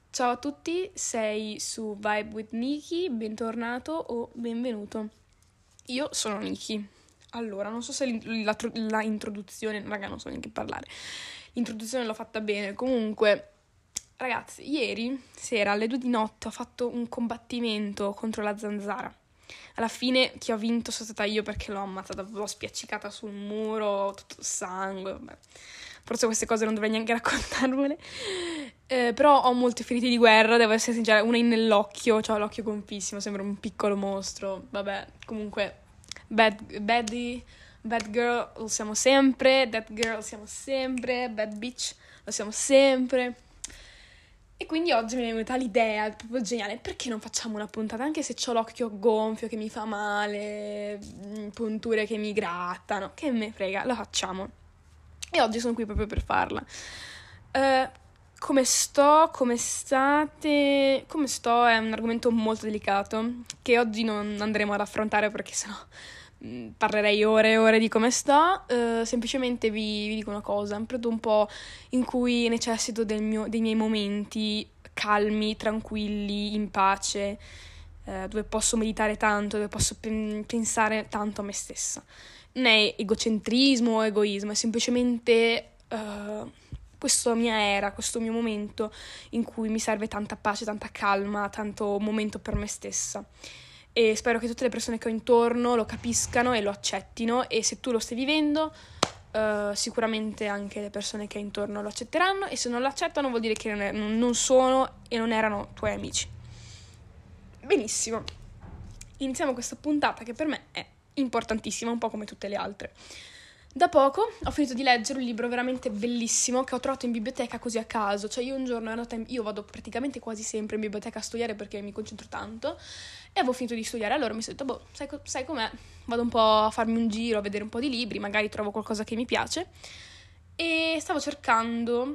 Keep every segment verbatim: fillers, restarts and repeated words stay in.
Ciao a tutti, sei su Vibe with Nikki, bentornato o benvenuto. Io sono Nikki. Allora, non so se la, la introduzione, raga, non so neanche parlare. L'introduzione l'ho fatta bene. Comunque, ragazzi, ieri sera alle due di notte ho fatto un combattimento contro la zanzara. Alla fine chi ho vinto sono stata io perché l'ho ammazzata, l'ho spiaccicata sul muro, tutto sangue, vabbè. Forse queste cose non dovrei neanche raccontarvele. Eh, però ho molte ferite di guerra, devo essere sincera, una in nell'occhio, cioè l'occhio gonfissimo, sembra un piccolo mostro. Vabbè, comunque, bad, baddie, bad girl lo siamo sempre, that girl lo siamo sempre, bad bitch lo siamo sempre. E quindi oggi mi è venuta l'idea, è proprio geniale, perché non facciamo una puntata, anche se ho l'occhio gonfio, che mi fa male, punture che mi grattano, che me frega, la facciamo. E oggi sono qui proprio per farla. Uh, come sto, come state? Come sto è un argomento molto delicato che oggi non andremo ad affrontare perché sennò mh, parlerei ore e ore di come sto. Uh, semplicemente vi, vi dico una cosa, è un periodo un po' in cui necessito del mio, dei miei momenti calmi, tranquilli, in pace, uh, dove posso meditare tanto, dove posso pen- pensare tanto a me stessa. Non è egocentrismo o egoismo, è semplicemente uh, questa mia era, questo mio momento in cui mi serve tanta pace, tanta calma, tanto momento per me stessa. E spero che tutte le persone che ho intorno lo capiscano e lo accettino, e se tu lo stai vivendo, uh, sicuramente anche le persone che hai intorno lo accetteranno, e se non lo accettano vuol dire che non, è, non sono e non erano tuoi amici. Benissimo, iniziamo questa puntata che per me è importantissima, un po' come tutte le altre. Da poco ho finito di leggere un libro veramente bellissimo che ho trovato in biblioteca così a caso. Cioè io un giorno ero andata in... io vado praticamente quasi sempre in biblioteca a studiare perché mi concentro tanto, e avevo finito di studiare, allora mi sono detto, boh, sai, co- sai com'è? Vado un po' a farmi un giro, a vedere un po' di libri, magari trovo qualcosa che mi piace, e stavo cercando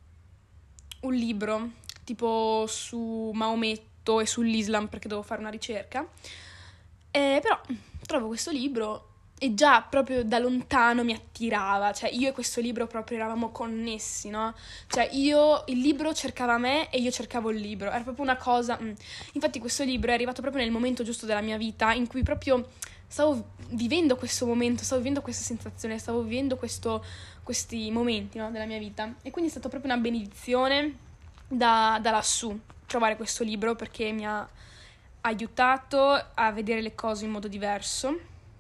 un libro tipo su Maometto e sull'Islam perché devo fare una ricerca. Eh, però trovo questo libro e già proprio da lontano mi attirava, cioè io e questo libro proprio eravamo connessi, no? Cioè io, il libro cercava me e io cercavo il libro, era proprio una cosa... Mm. Infatti questo libro è arrivato proprio nel momento giusto della mia vita in cui proprio stavo vivendo questo momento, stavo vivendo questa sensazione, stavo vivendo questo, questi momenti, no, della mia vita, e quindi è stata proprio una benedizione da, da lassù trovare questo libro perché mi ha aiutato a vedere le cose in modo diverso,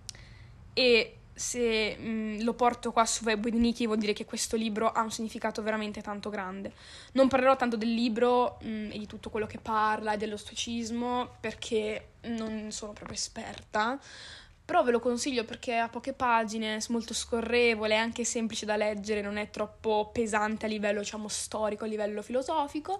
e se mh, lo porto qua su Vibe with Nikki vuol dire che questo libro ha un significato veramente tanto grande. Non parlerò tanto del libro mh, e di tutto quello che parla e dello stoicismo perché non sono proprio esperta, però ve lo consiglio perché ha poche pagine, è molto scorrevole, è anche semplice da leggere, non è troppo pesante a livello, diciamo, storico, a livello filosofico.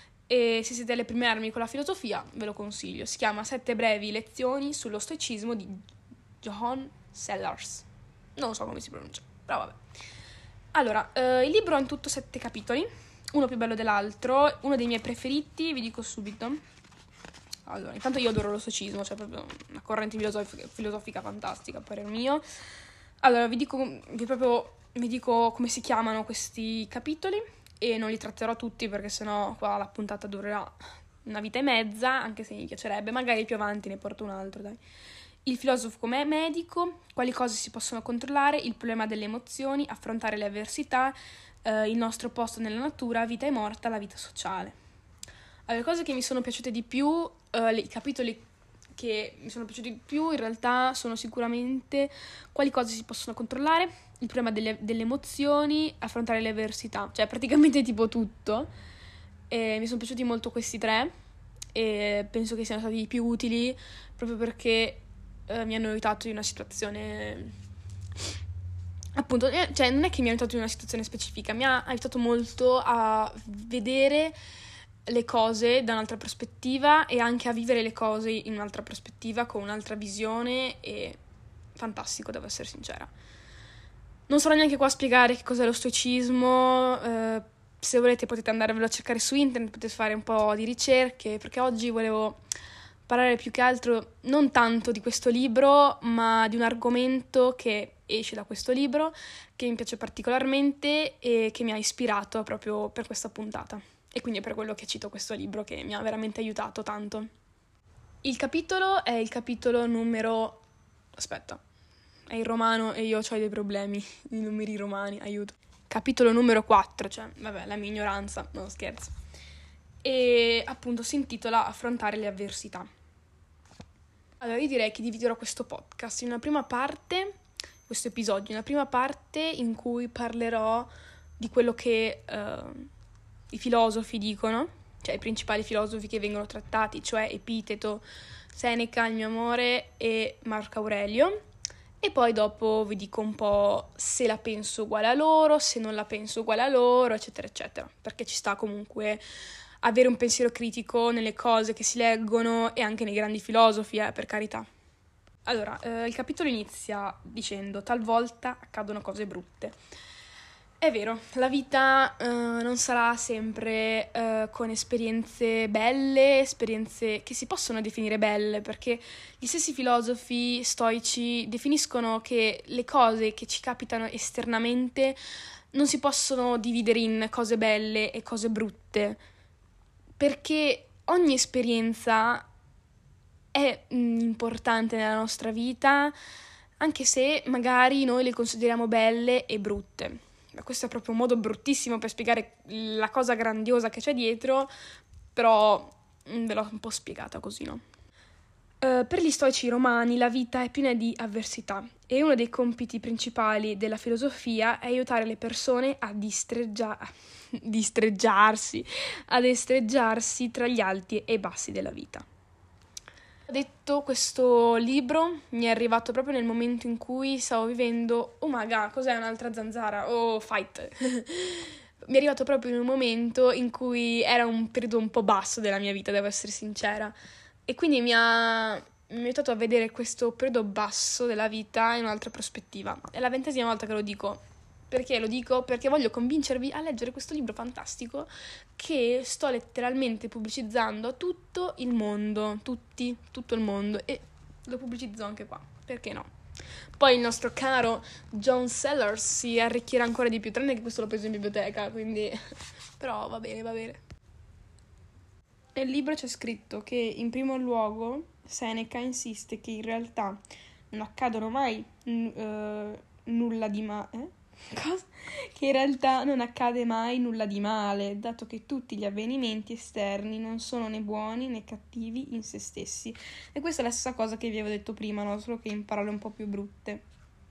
E se siete alle prime armi con la filosofia, ve lo consiglio. Si chiama Sette brevi lezioni sullo stoicismo di John Sellars. Non so come si pronuncia, però vabbè. Allora, eh, il libro ha in tutto sette capitoli, uno più bello dell'altro, uno dei miei preferiti, vi dico subito. Allora, intanto io adoro lo stoicismo, cioè proprio una corrente filosofica, filosofica fantastica, a parer mio. Allora, vi dico, vi proprio, vi dico come si chiamano questi capitoli, e non li tratterò tutti perché sennò qua la puntata durerà una vita e mezza, anche se mi piacerebbe, magari più avanti ne porto un altro, dai. Il filosofo come medico, quali cose si possono controllare, il problema delle emozioni, affrontare le avversità, eh, il nostro posto nella natura, vita e morta, la vita sociale. Allora, le cose che mi sono piaciute di più, eh, i capitoli che mi sono piaciuti di più in realtà sono sicuramente quali cose si possono controllare, il problema delle, delle emozioni, affrontare le avversità, cioè praticamente tipo tutto. E mi sono piaciuti molto questi tre e penso che siano stati i più utili proprio perché eh, mi hanno aiutato in una situazione, appunto, eh, cioè non è che mi ha aiutato in una situazione specifica, mi ha aiutato molto a vedere le cose da un'altra prospettiva e anche a vivere le cose in un'altra prospettiva, con un'altra visione, e fantastico, devo essere sincera. Non sarò neanche qua a spiegare che cos'è lo stoicismo, eh, se volete potete andarvelo a cercare su internet, potete fare un po' di ricerche, perché oggi volevo parlare più che altro non tanto di questo libro, ma di un argomento che esce da questo libro, che mi piace particolarmente e che mi ha ispirato proprio per questa puntata. E quindi è per quello che cito questo libro, che mi ha veramente aiutato tanto. Il capitolo è il capitolo numero... aspetta, è in romano e io ho dei problemi, i numeri romani, aiuto. Capitolo numero quattro, cioè, vabbè, la mia ignoranza, non scherzo. E appunto si intitola Affrontare le avversità. Allora, io direi che dividerò questo podcast in una prima parte, questo episodio, in una prima parte in cui parlerò di quello che uh, i filosofi dicono, cioè i principali filosofi che vengono trattati, cioè Epiteto, Seneca, il mio amore e Marco Aurelio. E poi dopo vi dico un po' se la penso uguale a loro, se non la penso uguale a loro, eccetera, eccetera. Perché ci sta comunque avere un pensiero critico nelle cose che si leggono e anche nei grandi filosofi, eh, per carità. Allora, eh, il capitolo inizia dicendo: talvolta accadono cose brutte. È vero, la vita eh, non sarà sempre eh, con esperienze belle, esperienze che si possono definire belle, perché gli stessi filosofi stoici definiscono che le cose che ci capitano esternamente non si possono dividere in cose belle e cose brutte, perché ogni esperienza è mh, importante nella nostra vita, anche se magari noi le consideriamo belle e brutte. Questo è proprio un modo bruttissimo per spiegare la cosa grandiosa che c'è dietro, però ve l'ho un po' spiegata così, no? Uh, per gli stoici romani la vita è piena di avversità e uno dei compiti principali della filosofia è aiutare le persone a distreggia- distreggiarsi, a destreggiarsi tra gli alti e i bassi della vita. Ho detto, questo libro mi è arrivato proprio nel momento in cui stavo vivendo, oh my god, cos'è un'altra zanzara? Oh, fight! Mi è arrivato proprio in un momento in cui era un periodo un po' basso della mia vita, devo essere sincera, e quindi mi ha, mi ha aiutato a vedere questo periodo basso della vita in un'altra prospettiva. È la ventesima volta che lo dico. Perché lo dico? Perché voglio convincervi a leggere questo libro fantastico che sto letteralmente pubblicizzando a tutto il mondo, tutti, tutto il mondo, e lo pubblicizzo anche qua, perché no? Poi il nostro caro John Sellers si arricchirà ancora di più, tranne che questo l'ho preso in biblioteca, quindi... però va bene, va bene. Nel libro c'è scritto che in primo luogo Seneca insiste che in realtà non accadono mai n- uh, nulla di male... Eh? Cosa? Che in realtà non accade mai nulla di male, dato che tutti gli avvenimenti esterni non sono né buoni né cattivi in se stessi. E questa è la stessa cosa che vi avevo detto prima, no? Solo che in parole un po' più brutte.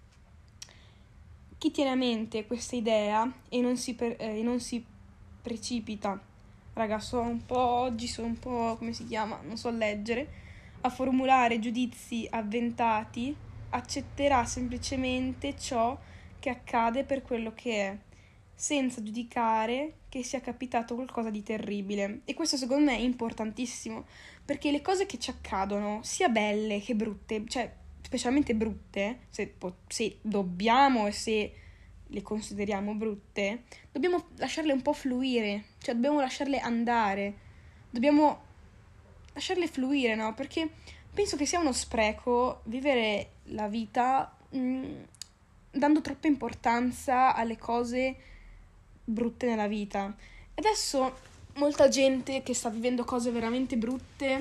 Chi tiene a mente questa idea e non si, per, eh, e non si precipita, raga, sono un po' oggi, sono un po', come si chiama? Non so leggere, a formulare giudizi avventati, accetterà semplicemente ciò che accade per quello che è, senza giudicare che sia capitato qualcosa di terribile. E questo secondo me è importantissimo, perché le cose che ci accadono, sia belle che brutte, cioè specialmente brutte, se, se dobbiamo e se le consideriamo brutte, dobbiamo lasciarle un po' fluire, cioè dobbiamo lasciarle andare, dobbiamo lasciarle fluire, no? Perché penso che sia uno spreco vivere la vita mh, dando troppa importanza alle cose brutte nella vita. E adesso molta gente che sta vivendo cose veramente brutte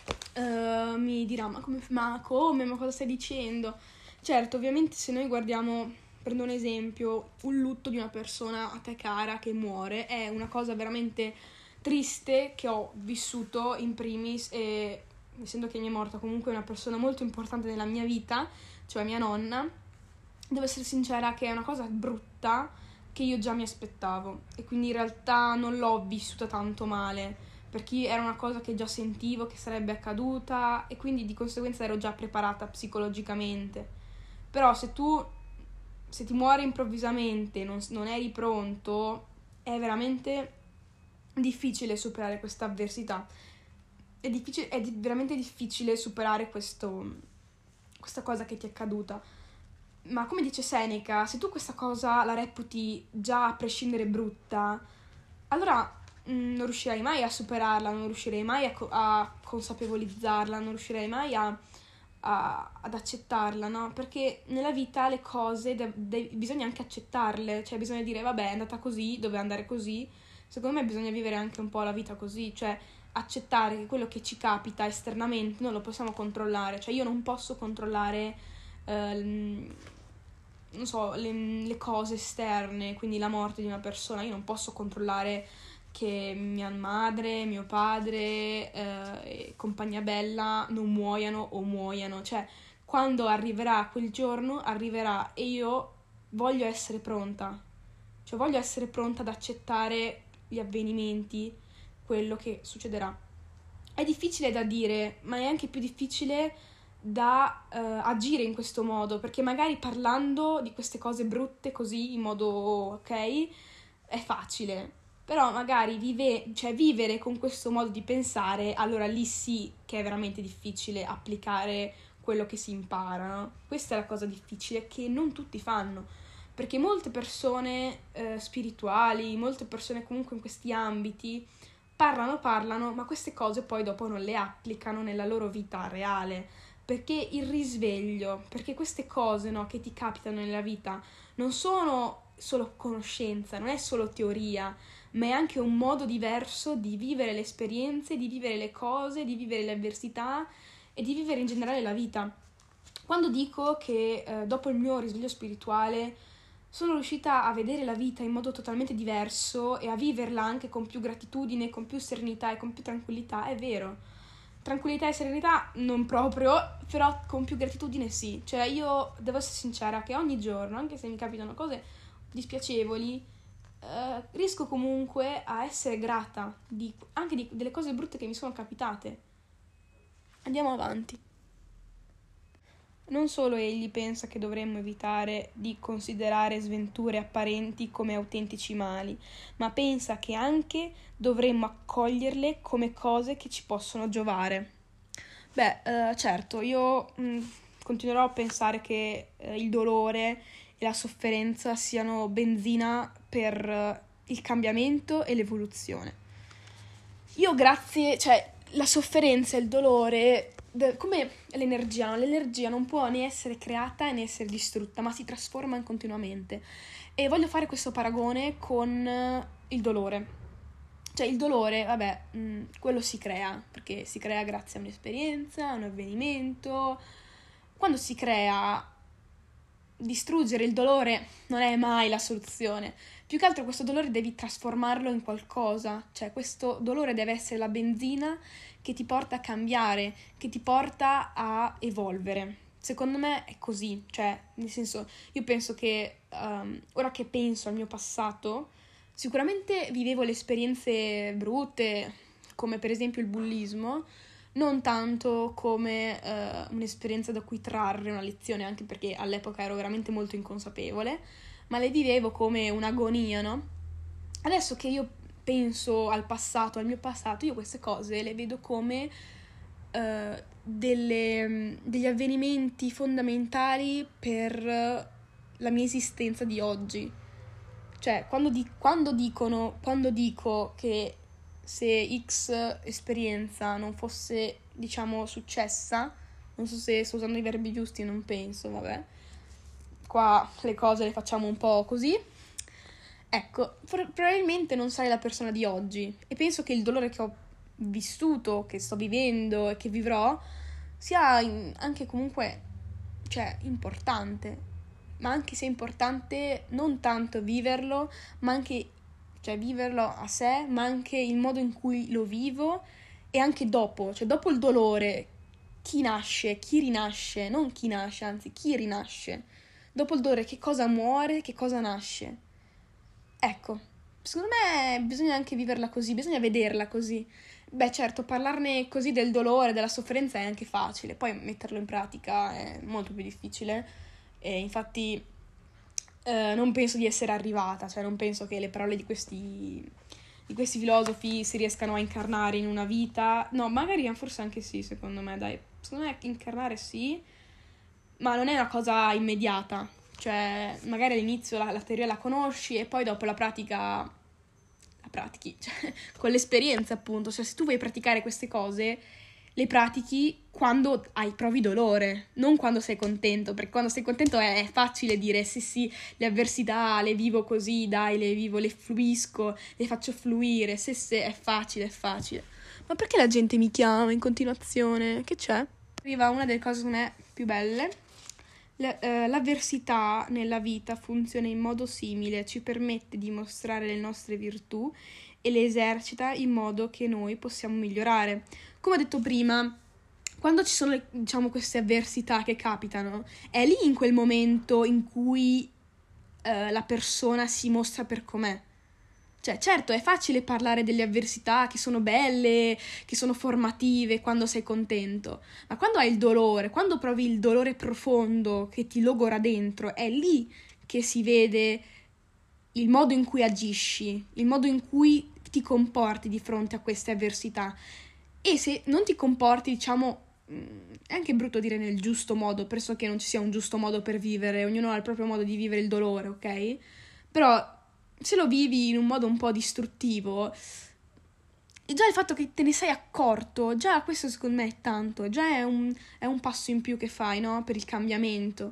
uh, mi dirà: ma come, ma come, ma cosa stai dicendo? Certo, ovviamente se noi guardiamo, prendo un esempio, un lutto di una persona a te cara che muore, è una cosa veramente triste che ho vissuto in primis, e essendo che mi è morta comunque una persona molto importante nella mia vita, cioè mia nonna, devo essere sincera che è una cosa brutta che io già mi aspettavo, e quindi in realtà non l'ho vissuta tanto male, perché era una cosa che già sentivo che sarebbe accaduta e quindi di conseguenza ero già preparata psicologicamente. Però se tu, se ti muori improvvisamente, non, non eri pronto, è veramente difficile superare questa avversità. È, difficile, è di, veramente difficile superare questo, questa cosa che ti è accaduta. Ma come dice Seneca, se tu questa cosa la reputi già a prescindere brutta, allora mh, non riuscirai mai a superarla, non riuscirai mai a, co- a consapevolizzarla, non riuscirai mai a, a, ad accettarla, no? Perché nella vita le cose de- de- bisogna anche accettarle, cioè bisogna dire vabbè, è andata così, doveva andare così, secondo me bisogna vivere anche un po' la vita così, cioè accettare che quello che ci capita esternamente non lo possiamo controllare, cioè io non posso controllare, eh, non so, le, le cose esterne, quindi la morte di una persona, io non posso controllare che mia madre, mio padre, eh, e compagnia bella non muoiano o muoiano, cioè quando arriverà quel giorno, arriverà e io voglio essere pronta, cioè voglio essere pronta ad accettare gli avvenimenti, quello che succederà. È difficile da dire, ma è anche più difficile da uh, agire in questo modo, perché magari parlando di queste cose brutte così, in modo ok, è facile, però magari vive, cioè vivere con questo modo di pensare, allora lì sì che è veramente difficile applicare quello che si impara, no? Questa è la cosa difficile che non tutti fanno, perché molte persone eh, spirituali, molte persone comunque in questi ambiti parlano, parlano, ma queste cose poi dopo non le applicano nella loro vita reale, perché il risveglio, perché queste cose, no, che ti capitano nella vita non sono solo conoscenza, non è solo teoria, ma è anche un modo diverso di vivere le esperienze, di vivere le cose, di vivere le avversità e di vivere in generale la vita. Quando dico che eh, dopo il mio risveglio spirituale sono riuscita a vedere la vita in modo totalmente diverso e a viverla anche con più gratitudine, con più serenità e con più tranquillità, è vero. Tranquillità e serenità non proprio, però con più gratitudine sì. Cioè io devo essere sincera che ogni giorno, anche se mi capitano cose dispiacevoli, eh, riesco comunque a essere grata di, anche di, delle cose brutte che mi sono capitate. Andiamo avanti. Non solo egli pensa che dovremmo evitare di considerare sventure apparenti come autentici mali, ma pensa che anche dovremmo accoglierle come cose che ci possono giovare. Beh, eh, certo, io mh, continuerò a pensare che eh, il dolore e la sofferenza siano benzina per eh, il cambiamento e l'evoluzione. Io grazie, cioè la sofferenza e il dolore, de- come l'energia, no? L'energia non può né essere creata né essere distrutta, ma si trasforma continuamente. E voglio fare questo paragone con eh, il dolore. Cioè il dolore, vabbè, mh, quello si crea, perché si crea grazie a un'esperienza, a un avvenimento. Quando si crea, distruggere il dolore non è mai la soluzione. Più che altro questo dolore devi trasformarlo in qualcosa, cioè questo dolore deve essere la benzina che ti porta a cambiare, che ti porta a evolvere. Secondo me è così, cioè nel senso io penso che um, ora che penso al mio passato, sicuramente vivevo le esperienze brutte, come per esempio il bullismo, non tanto come uh, un'esperienza da cui trarre una lezione, anche perché all'epoca ero veramente molto inconsapevole, ma le vivevo come un'agonia, no? Adesso che io penso al passato, al mio passato, io queste cose le vedo come uh, delle, degli avvenimenti fondamentali per la mia esistenza di oggi. Cioè, quando, di, quando dicono, quando dico che se X esperienza non fosse, diciamo, successa, non so se sto usando i verbi giusti, non penso, vabbè, qua le cose le facciamo un po' così, ecco, for- probabilmente non sarei la persona di oggi e penso che il dolore che ho vissuto, che sto vivendo e che vivrò sia in- anche comunque, cioè, importante, ma anche se è importante non tanto viverlo, ma anche, cioè viverlo a sé, ma anche il modo in cui lo vivo e anche dopo, cioè dopo il dolore, chi nasce, chi rinasce, non chi nasce, anzi chi rinasce. Dopo il dolore che cosa muore, che cosa nasce. Ecco, secondo me bisogna anche viverla così, bisogna vederla così. Beh, certo, parlarne così del dolore, della sofferenza è anche facile, poi metterlo in pratica è molto più difficile. E infatti eh, non penso di essere arrivata, cioè non penso che le parole di questi, di questi filosofi si riescano a incarnare in una vita. No, magari forse anche sì, secondo me, dai. Secondo me incarnare sì, ma non è una cosa immediata. Cioè, magari all'inizio la, la teoria la conosci e poi dopo la pratica la pratichi, cioè, con l'esperienza appunto. Cioè, se tu vuoi praticare queste cose le pratichi quando hai provi dolore, non quando sei contento, perché quando sei contento è, è facile dire sì sì, le avversità le vivo così, dai, le vivo, le fluisco, le faccio fluire, se se è facile, è facile. Ma perché la gente mi chiama in continuazione? Che c'è? Arriva una delle cose secondo me più belle. L- eh, l'avversità nella vita funziona in modo simile, ci permette di mostrare le nostre virtù e le esercita in modo che noi possiamo migliorare. Come ho detto prima, quando ci sono, diciamo, queste avversità che capitano, è lì in quel momento in cui eh, la persona si mostra per com'è. Cioè, certo, è facile parlare delle avversità che sono belle, che sono formative, quando sei contento, ma quando hai il dolore, quando provi il dolore profondo che ti logora dentro, è lì che si vede il modo in cui agisci, il modo in cui ti comporti di fronte a queste avversità. E se non ti comporti, diciamo, è anche brutto dire nel giusto modo, pressoché non ci sia un giusto modo per vivere, ognuno ha il proprio modo di vivere il dolore, ok? Però se lo vivi in un modo un po' distruttivo, già il fatto che te ne sei accorto, già questo secondo me è tanto, già è un, è un passo in più che fai, no? Per il cambiamento.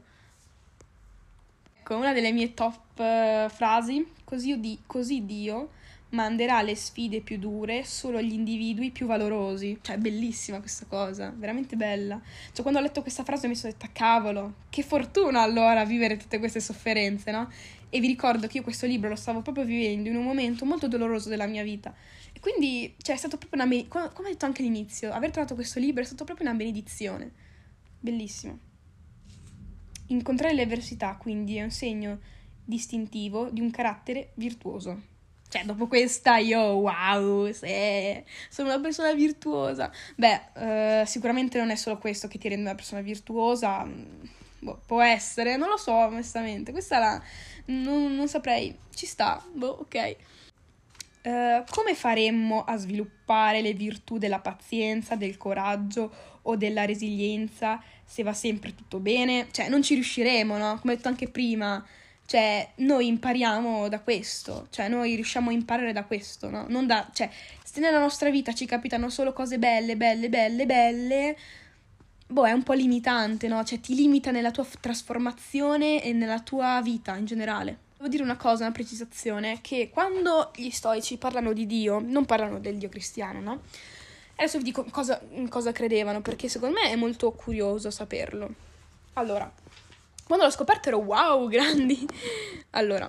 Ecco, una delle mie top uh, frasi, così, di, così Dio manderà le sfide più dure solo agli individui più valorosi. Cioè, è bellissima questa cosa, veramente bella. Cioè, quando ho letto questa frase mi sono detta, cavolo, che fortuna allora vivere tutte queste sofferenze, no? E vi ricordo che io questo libro lo stavo proprio vivendo in un momento molto doloroso della mia vita. E quindi, cioè, è stato proprio una... be- come ho detto anche all'inizio, aver trovato questo libro è stato proprio una benedizione. Bellissimo. Incontrare le avversità, quindi, è un segno distintivo di un carattere virtuoso. Cioè, dopo questa io, wow, se sono una persona virtuosa. Beh, eh, sicuramente non è solo questo che ti rende una persona virtuosa. Boh, può essere, non lo so, onestamente. Questa la... non, non saprei. Ci sta, boh, ok. Uh, come faremmo a sviluppare le virtù della pazienza, del coraggio o della resilienza se va sempre tutto bene? Cioè, non ci riusciremo, no? Come ho detto anche prima, cioè, noi impariamo da questo, cioè, noi riusciamo a imparare da questo, no? Non da, cioè, se nella nostra vita ci capitano solo cose belle, belle, belle, belle, boh, è un po' limitante, no? Cioè, ti limita nella tua f- trasformazione e nella tua vita in generale. Devo dire una cosa, una precisazione, che quando gli stoici parlano di Dio, non parlano del Dio cristiano, no? Adesso vi dico cosa, in cosa credevano, perché secondo me è molto curioso saperlo. Allora, quando l'ho scoperto ero wow, grandi! Allora,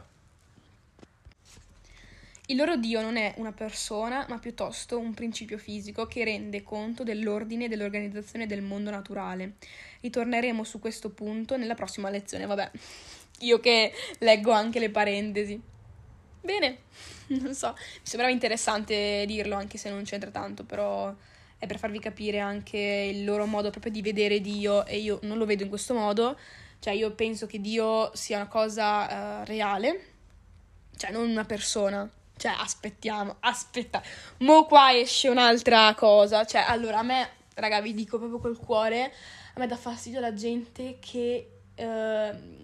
il loro Dio non è una persona, ma piuttosto un principio fisico che rende conto dell'ordine e dell'organizzazione del mondo naturale. Ritorneremo su questo punto nella prossima lezione, vabbè. Io che leggo anche le parentesi. Bene, non so, mi sembrava interessante dirlo anche se non c'entra tanto, però è per farvi capire anche il loro modo proprio di vedere Dio e io non lo vedo in questo modo, cioè io penso che Dio sia una cosa uh, reale, cioè non una persona, cioè aspettiamo, aspetta, mo qua esce un'altra cosa, cioè allora a me, raga, vi dico proprio col cuore, a me dà fastidio la gente che... Uh,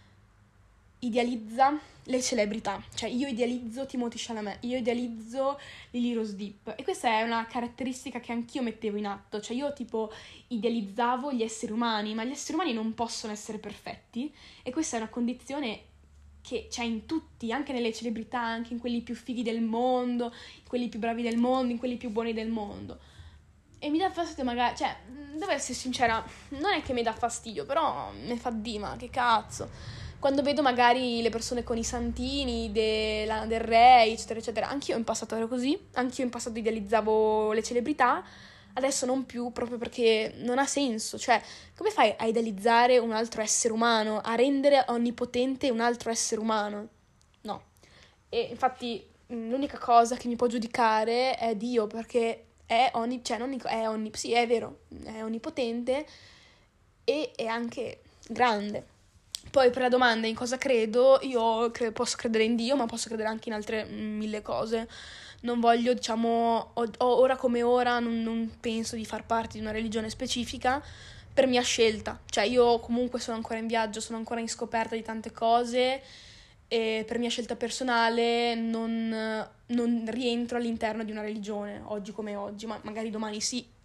idealizza le celebrità, cioè io idealizzo Timothée Chalamet, io idealizzo Lily Rose Depp e questa è una caratteristica che anch'io mettevo in atto, cioè io tipo idealizzavo gli esseri umani, ma gli esseri umani non possono essere perfetti e questa è una condizione che c'è in tutti, anche nelle celebrità, anche in quelli più fighi del mondo, in quelli più bravi del mondo, in quelli più buoni del mondo. E mi dà fastidio magari, cioè, devo essere sincera, non è che mi dà fastidio, però mi fa di ma che cazzo. Quando vedo magari le persone con i santini de, la, del re, eccetera, eccetera, anch'io in passato ero così, anch'io in passato idealizzavo le celebrità, adesso non più, proprio perché non ha senso. Cioè, come fai a idealizzare un altro essere umano, a rendere onnipotente un altro essere umano? No. E infatti l'unica cosa che mi può giudicare è Dio, perché è onni, cioè non è onni, sì, è vero, è onnipotente e è anche grande. Poi per la domanda in cosa credo, io cre- posso credere in Dio, ma posso credere anche in altre mm, mille cose. Non voglio, diciamo, o- o- ora come ora, non, non penso di far parte di una religione specifica per mia scelta. Cioè io comunque sono ancora in viaggio, sono ancora in scoperta di tante cose e per mia scelta personale non, non rientro all'interno di una religione, oggi come oggi, ma magari domani sì.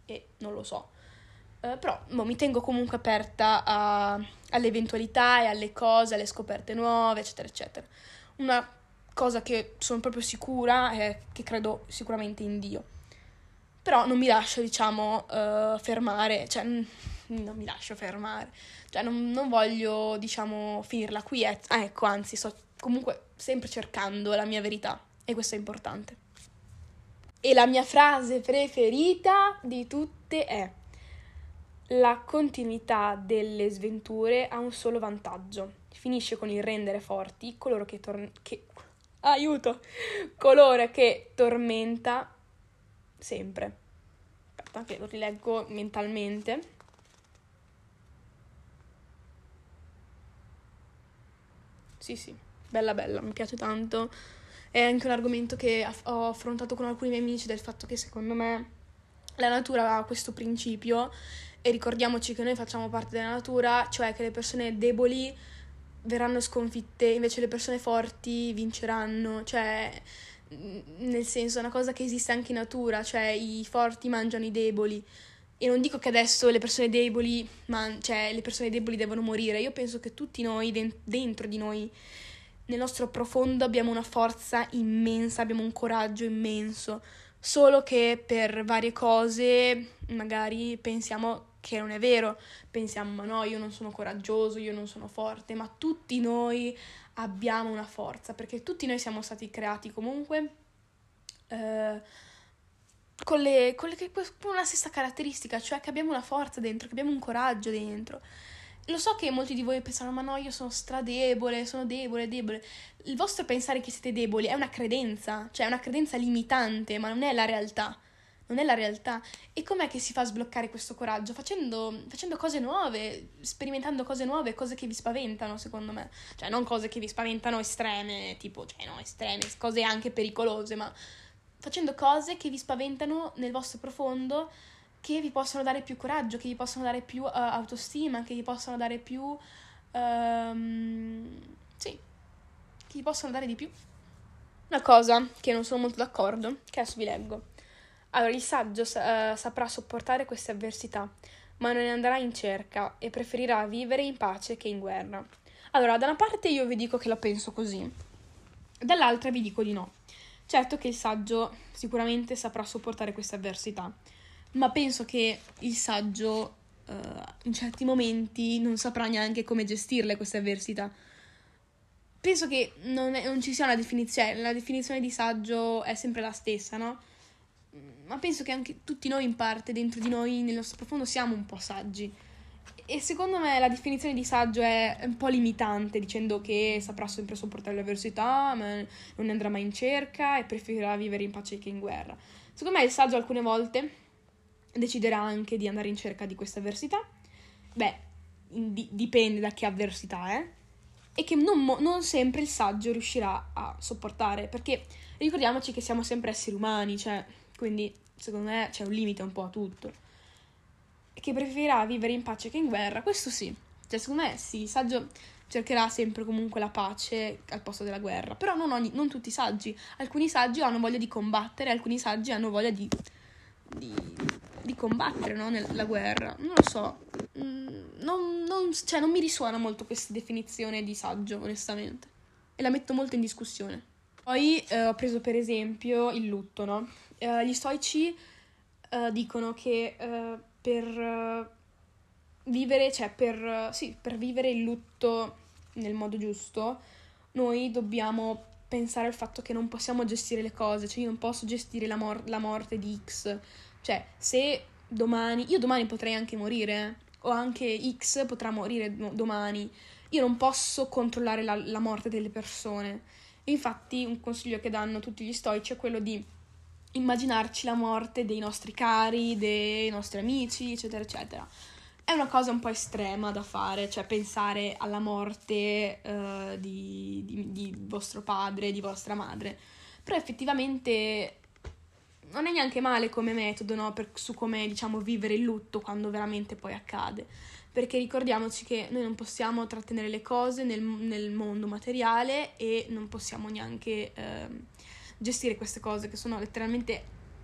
e non lo so. Uh, però boh, mi tengo comunque aperta a, alle eventualità e alle cose, alle scoperte nuove, eccetera, eccetera. Una cosa che sono proprio sicura è che credo sicuramente in Dio. Però non mi lascio, diciamo, uh, fermare, cioè n- non mi lascio fermare, cioè non, non voglio, diciamo, finirla qui. Eh. Ah, ecco, anzi, sto comunque sempre cercando la mia verità e questo è importante. E la mia frase preferita di tutte è: la continuità delle sventure ha un solo vantaggio. Finisce con il rendere forti coloro che, tor- che... aiuto! Coloro che tormenta sempre. Aspetta che lo rileggo mentalmente. Sì, sì, bella bella, mi piace tanto. È anche un argomento che ho affrontato con alcuni miei amici, del fatto che secondo me la natura ha questo principio, e ricordiamoci che noi facciamo parte della natura, cioè che le persone deboli verranno sconfitte, invece le persone forti vinceranno, cioè nel senso è una cosa che esiste anche in natura, cioè i forti mangiano i deboli. E non dico che adesso le persone deboli, man- cioè le persone deboli devono morire, io penso che tutti noi, dentro di noi, nel nostro profondo abbiamo una forza immensa, abbiamo un coraggio immenso, solo che per varie cose magari pensiamo che non è vero, pensiamo ma no, io non sono coraggioso, io non sono forte, ma tutti noi abbiamo una forza, perché tutti noi siamo stati creati comunque eh, con, le, con, le, con una stessa caratteristica, cioè che abbiamo una forza dentro, che abbiamo un coraggio dentro. Lo so che molti di voi pensano, ma no, io sono stradebole, sono debole, debole. Il vostro pensare che siete deboli è una credenza, cioè è una credenza limitante, ma non è la realtà. Non è la realtà. E com'è che si fa a sbloccare questo coraggio? Facendo, facendo cose nuove, sperimentando cose nuove, cose che vi spaventano, secondo me. Cioè, non cose che vi spaventano estreme, tipo, cioè, no, estreme, cose anche pericolose, ma facendo cose che vi spaventano nel vostro profondo, che vi possono dare più coraggio, che vi possono dare più uh, autostima, che vi possono dare più... Um, sì, che vi possono dare di più. Una cosa che non sono molto d'accordo, che adesso vi leggo. Allora, il saggio uh, saprà sopportare queste avversità, ma non ne andrà in cerca e preferirà vivere in pace che in guerra. Allora, da una parte io vi dico che la penso così, dall'altra vi dico di no. Certo che il saggio sicuramente saprà sopportare queste avversità, ma penso che il saggio uh, in certi momenti non saprà neanche come gestirle queste avversità. Penso che non, è, non ci sia una definizione, la definizione di saggio è sempre la stessa, no? Ma penso che anche tutti noi in parte, dentro di noi, nel nostro profondo, siamo un po' saggi. E secondo me la definizione di saggio è un po' limitante, dicendo che saprà sempre sopportare le avversità, ma non ne andrà mai in cerca e preferirà vivere in pace che in guerra. Secondo me il saggio alcune volte deciderà anche di andare in cerca di queste avversità. Beh, di- dipende da che avversità è. E che non, mo- non sempre il saggio riuscirà a sopportare, perché ricordiamoci che siamo sempre esseri umani, cioè, quindi secondo me c'è un limite un po' a tutto. Che preferirà vivere in pace che in guerra, questo sì. Cioè, secondo me sì, il saggio cercherà sempre comunque la pace al posto della guerra, però non, ogni, non tutti i saggi. Alcuni saggi hanno voglia di combattere, alcuni saggi hanno voglia di, di, di combattere, no? Nella guerra. Non lo so. Non, non, cioè, non mi risuona molto questa definizione di saggio, onestamente. E la metto molto in discussione. Poi eh, ho preso per esempio il lutto, no? Eh, gli stoici eh, dicono che eh, per eh, vivere, cioè per, eh, sì, per vivere il lutto nel modo giusto, noi dobbiamo pensare al fatto che non possiamo gestire le cose, cioè io non posso gestire la, mor- la morte di X, cioè se domani, io domani potrei anche morire, o anche X potrà morire domani, io non posso controllare la, la morte delle persone. E infatti un consiglio che danno tutti gli stoici è quello di immaginarci la morte dei nostri cari, dei nostri amici, eccetera, eccetera. È una cosa un po' estrema da fare, cioè pensare alla morte uh, di, di, di vostro padre, di vostra madre. Però effettivamente non è neanche male come metodo, no? Per, su come, diciamo, vivere il lutto quando veramente poi accade. Perché ricordiamoci che noi non possiamo trattenere le cose nel, nel mondo materiale e non possiamo neanche eh, gestire queste cose che sono letteralmente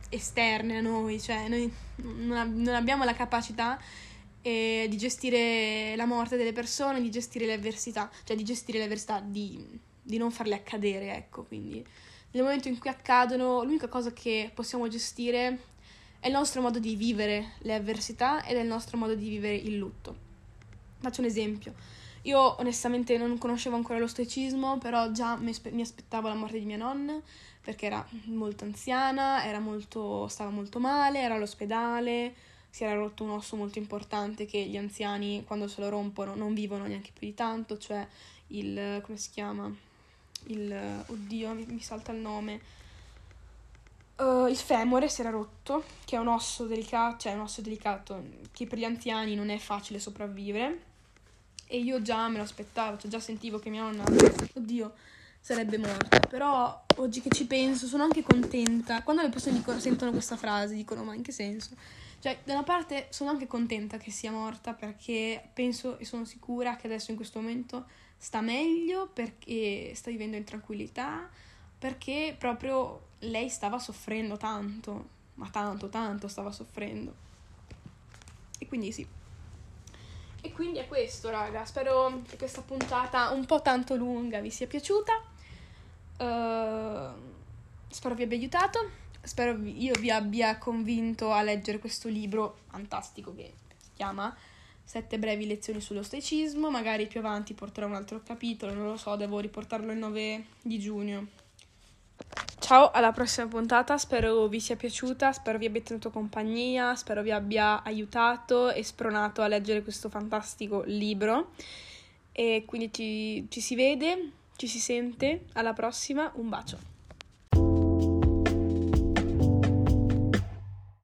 esterne a noi, cioè noi non, non abbiamo la capacità eh, di gestire la morte delle persone, di gestire le avversità, cioè di gestire le avversità, di, di non farle accadere, ecco, quindi nel momento in cui accadono l'unica cosa che possiamo gestire è il nostro modo di vivere le avversità ed è il nostro modo di vivere il lutto. Faccio un esempio. Io onestamente non conoscevo ancora lo stoicismo, però già mi, aspe- mi aspettavo la morte di mia nonna, perché era molto anziana, era molto, stava molto male, era all'ospedale, si era rotto un osso molto importante che gli anziani quando se lo rompono non vivono neanche più di tanto, cioè il, come si chiama? Il, oddio, mi, mi salta il nome. Uh, il femore si era rotto, che è un osso delicato, cioè un osso delicato che per gli anziani non è facile sopravvivere. E io già me lo aspettavo, cioè già sentivo che mia nonna, oddio, sarebbe morta. Però oggi che ci penso sono anche contenta. Quando le persone dicono, sentono questa frase, dicono ma in che senso? Cioè da una parte sono anche contenta che sia morta perché penso e sono sicura che adesso in questo momento sta meglio, perché sta vivendo in tranquillità, perché proprio lei stava soffrendo tanto, ma tanto, tanto stava soffrendo. E quindi sì. E quindi è questo, raga. Spero che questa puntata un po' tanto lunga vi sia piaciuta. Uh, spero vi abbia aiutato. Spero vi, io vi abbia convinto a leggere questo libro fantastico che si chiama Sette brevi lezioni sullo stoicismo. Magari più avanti porterò un altro capitolo, non lo so, devo riportarlo il nove di giugno. Ciao, alla prossima puntata, spero vi sia piaciuta, spero vi abbia tenuto compagnia, spero vi abbia aiutato e spronato a leggere questo fantastico libro. E quindi ci, ci si vede, ci si sente, alla prossima, un bacio.